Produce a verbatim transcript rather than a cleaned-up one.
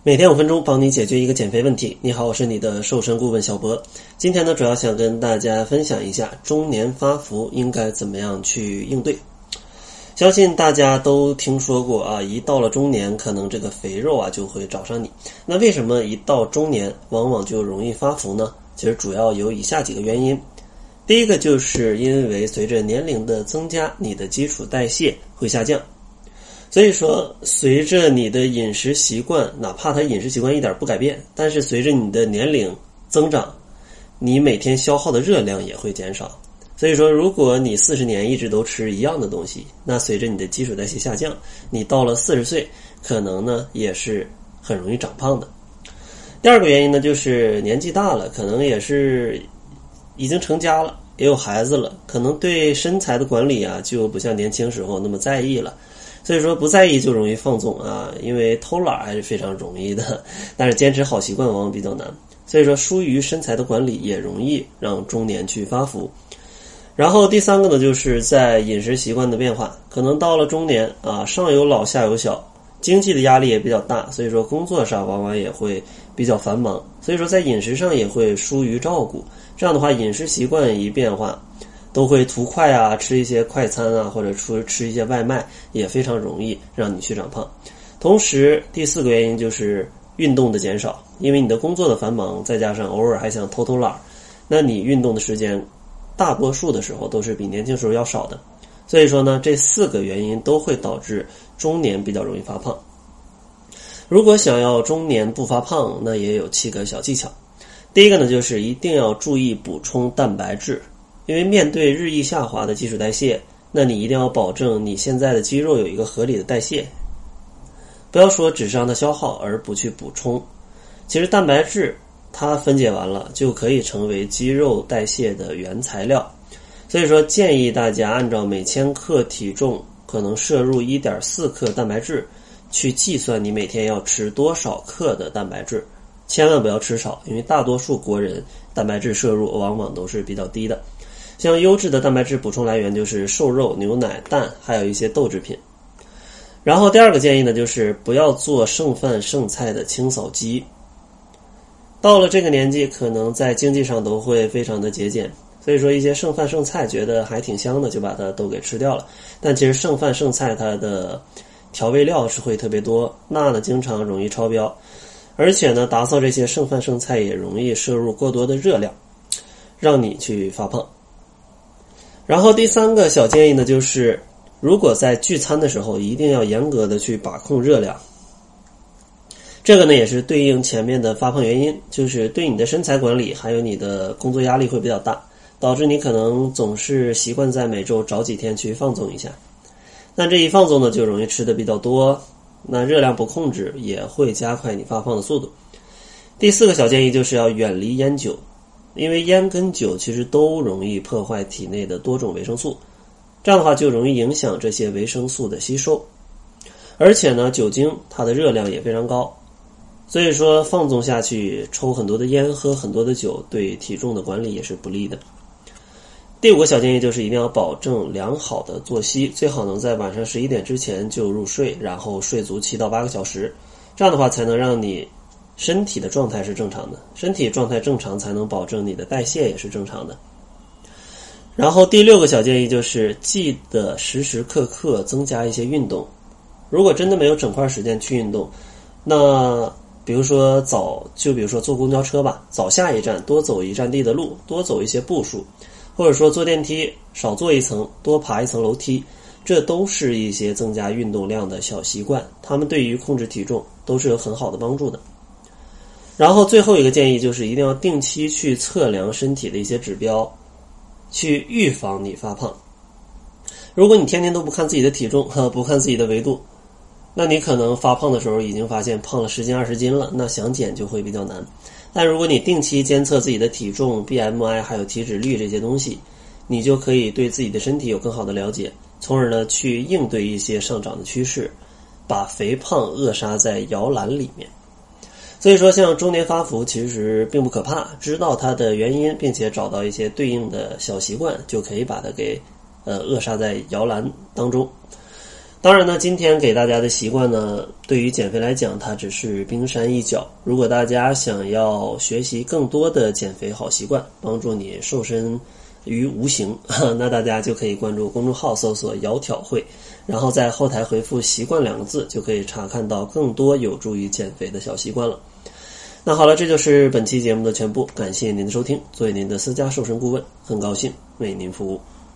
每天五分钟帮你解决一个减肥问题。你好，我是你的瘦身顾问小博。今天呢，主要想跟大家分享一下中年发福应该怎么样去应对。相信大家都听说过啊，一到了中年，可能这个肥肉啊就会找上你。那为什么一到中年往往就容易发福呢？其实主要有以下几个原因。第一个就是因为随着年龄的增加，你的基础代谢会下降。所以说随着你的饮食习惯，哪怕它饮食习惯一点不改变，但是随着你的年龄增长，你每天消耗的热量也会减少。所以说如果你四十年一直都吃一样的东西，那随着你的基础代谢下降，你到了四十岁可能呢也是很容易长胖的。第二个原因呢，就是年纪大了，可能也是已经成家了，也有孩子了，可能对身材的管理啊就不像年轻时候那么在意了。所以说不在意就容易放纵啊，因为偷懒还是非常容易的，但是坚持好习惯往往比较难。所以说疏于身材的管理也容易让中年去发福。然后第三个呢，就是在饮食习惯的变化，可能到了中年啊，上有老下有小，经济的压力也比较大，所以说工作上往往也会比较繁忙，所以说在饮食上也会疏于照顾。这样的话，饮食习惯一变化，都会图快啊，吃一些快餐啊，或者吃吃一些外卖，也非常容易让你去长胖。同时第四个原因就是运动的减少，因为你的工作的繁忙，再加上偶尔还想偷偷懒，那你运动的时间大多数的时候都是比年轻时候要少的。所以说呢，这四个原因都会导致中年比较容易发胖。如果想要中年不发胖，那也有七个小技巧。第一个呢，就是一定要注意补充蛋白质。因为面对日益下滑的基础代谢，那你一定要保证你现在的肌肉有一个合理的代谢，不要说只是让它消耗而不去补充。其实蛋白质它分解完了就可以成为肌肉代谢的原材料，所以说建议大家按照每千克体重可能摄入 一点四克蛋白质去计算你每天要吃多少克的蛋白质，千万不要吃少，因为大多数国人蛋白质摄入往往都是比较低的。像优质的蛋白质补充来源就是瘦肉、牛奶、蛋，还有一些豆制品。然后第二个建议呢，就是不要做剩饭剩菜的清扫机。到了这个年纪，可能在经济上都会非常的节俭，所以说一些剩饭剩菜觉得还挺香的，就把它都给吃掉了。但其实剩饭剩菜它的调味料是会特别多，钠呢经常容易超标，而且呢打扫这些剩饭剩菜也容易摄入过多的热量，让你去发胖。然后第三个小建议呢，就是如果在聚餐的时候一定要严格的去把控热量。这个呢也是对应前面的发胖原因，就是对你的身材管理还有你的工作压力会比较大，导致你可能总是习惯在每周找几天去放纵一下。那这一放纵呢，就容易吃的比较多，那热量不控制也会加快你发胖的速度。第四个小建议就是要远离烟酒。因为烟跟酒其实都容易破坏体内的多种维生素，这样的话就容易影响这些维生素的吸收。而且呢，酒精它的热量也非常高，所以说放纵下去，抽很多的烟，喝很多的酒，对体重的管理也是不利的。第五个小建议就是一定要保证良好的作息，最好能在晚上十一点之前就入睡，然后睡足七到八个小时，这样的话才能让你身体的状态是正常的，身体状态正常才能保证你的代谢也是正常的。然后第六个小建议就是记得时时刻刻增加一些运动。如果真的没有整块时间去运动，那比如说早就比如说坐公交车吧，早下一站多走一站地的路，多走一些步数，或者说坐电梯少坐一层多爬一层楼梯，这都是一些增加运动量的小习惯，它们对于控制体重都是有很好的帮助的。然后最后一个建议就是一定要定期去测量身体的一些指标，去预防你发胖。如果你天天都不看自己的体重，不看自己的维度，那你可能发胖的时候已经发现胖了十斤二十斤了，那想减就会比较难。但如果你定期监测自己的体重、B M I 还有体脂率这些东西，你就可以对自己的身体有更好的了解，从而呢去应对一些上涨的趋势，把肥胖扼杀在摇篮里面。所以说像中年发福其实并不可怕，知道它的原因并且找到一些对应的小习惯，就可以把它给呃扼杀在摇篮当中。当当然呢，今天给大家的习惯呢，对于减肥来讲，它只是冰山一角。如果大家想要学习更多的减肥好习惯，帮助你瘦身于无形，那大家就可以关注公众号，搜索窈窕会，然后在后台回复习惯两个字，就可以查看到更多有助于减肥的小习惯了。那好了，这就是本期节目的全部，感谢您的收听。作为您的私家瘦身顾问，很高兴为您服务。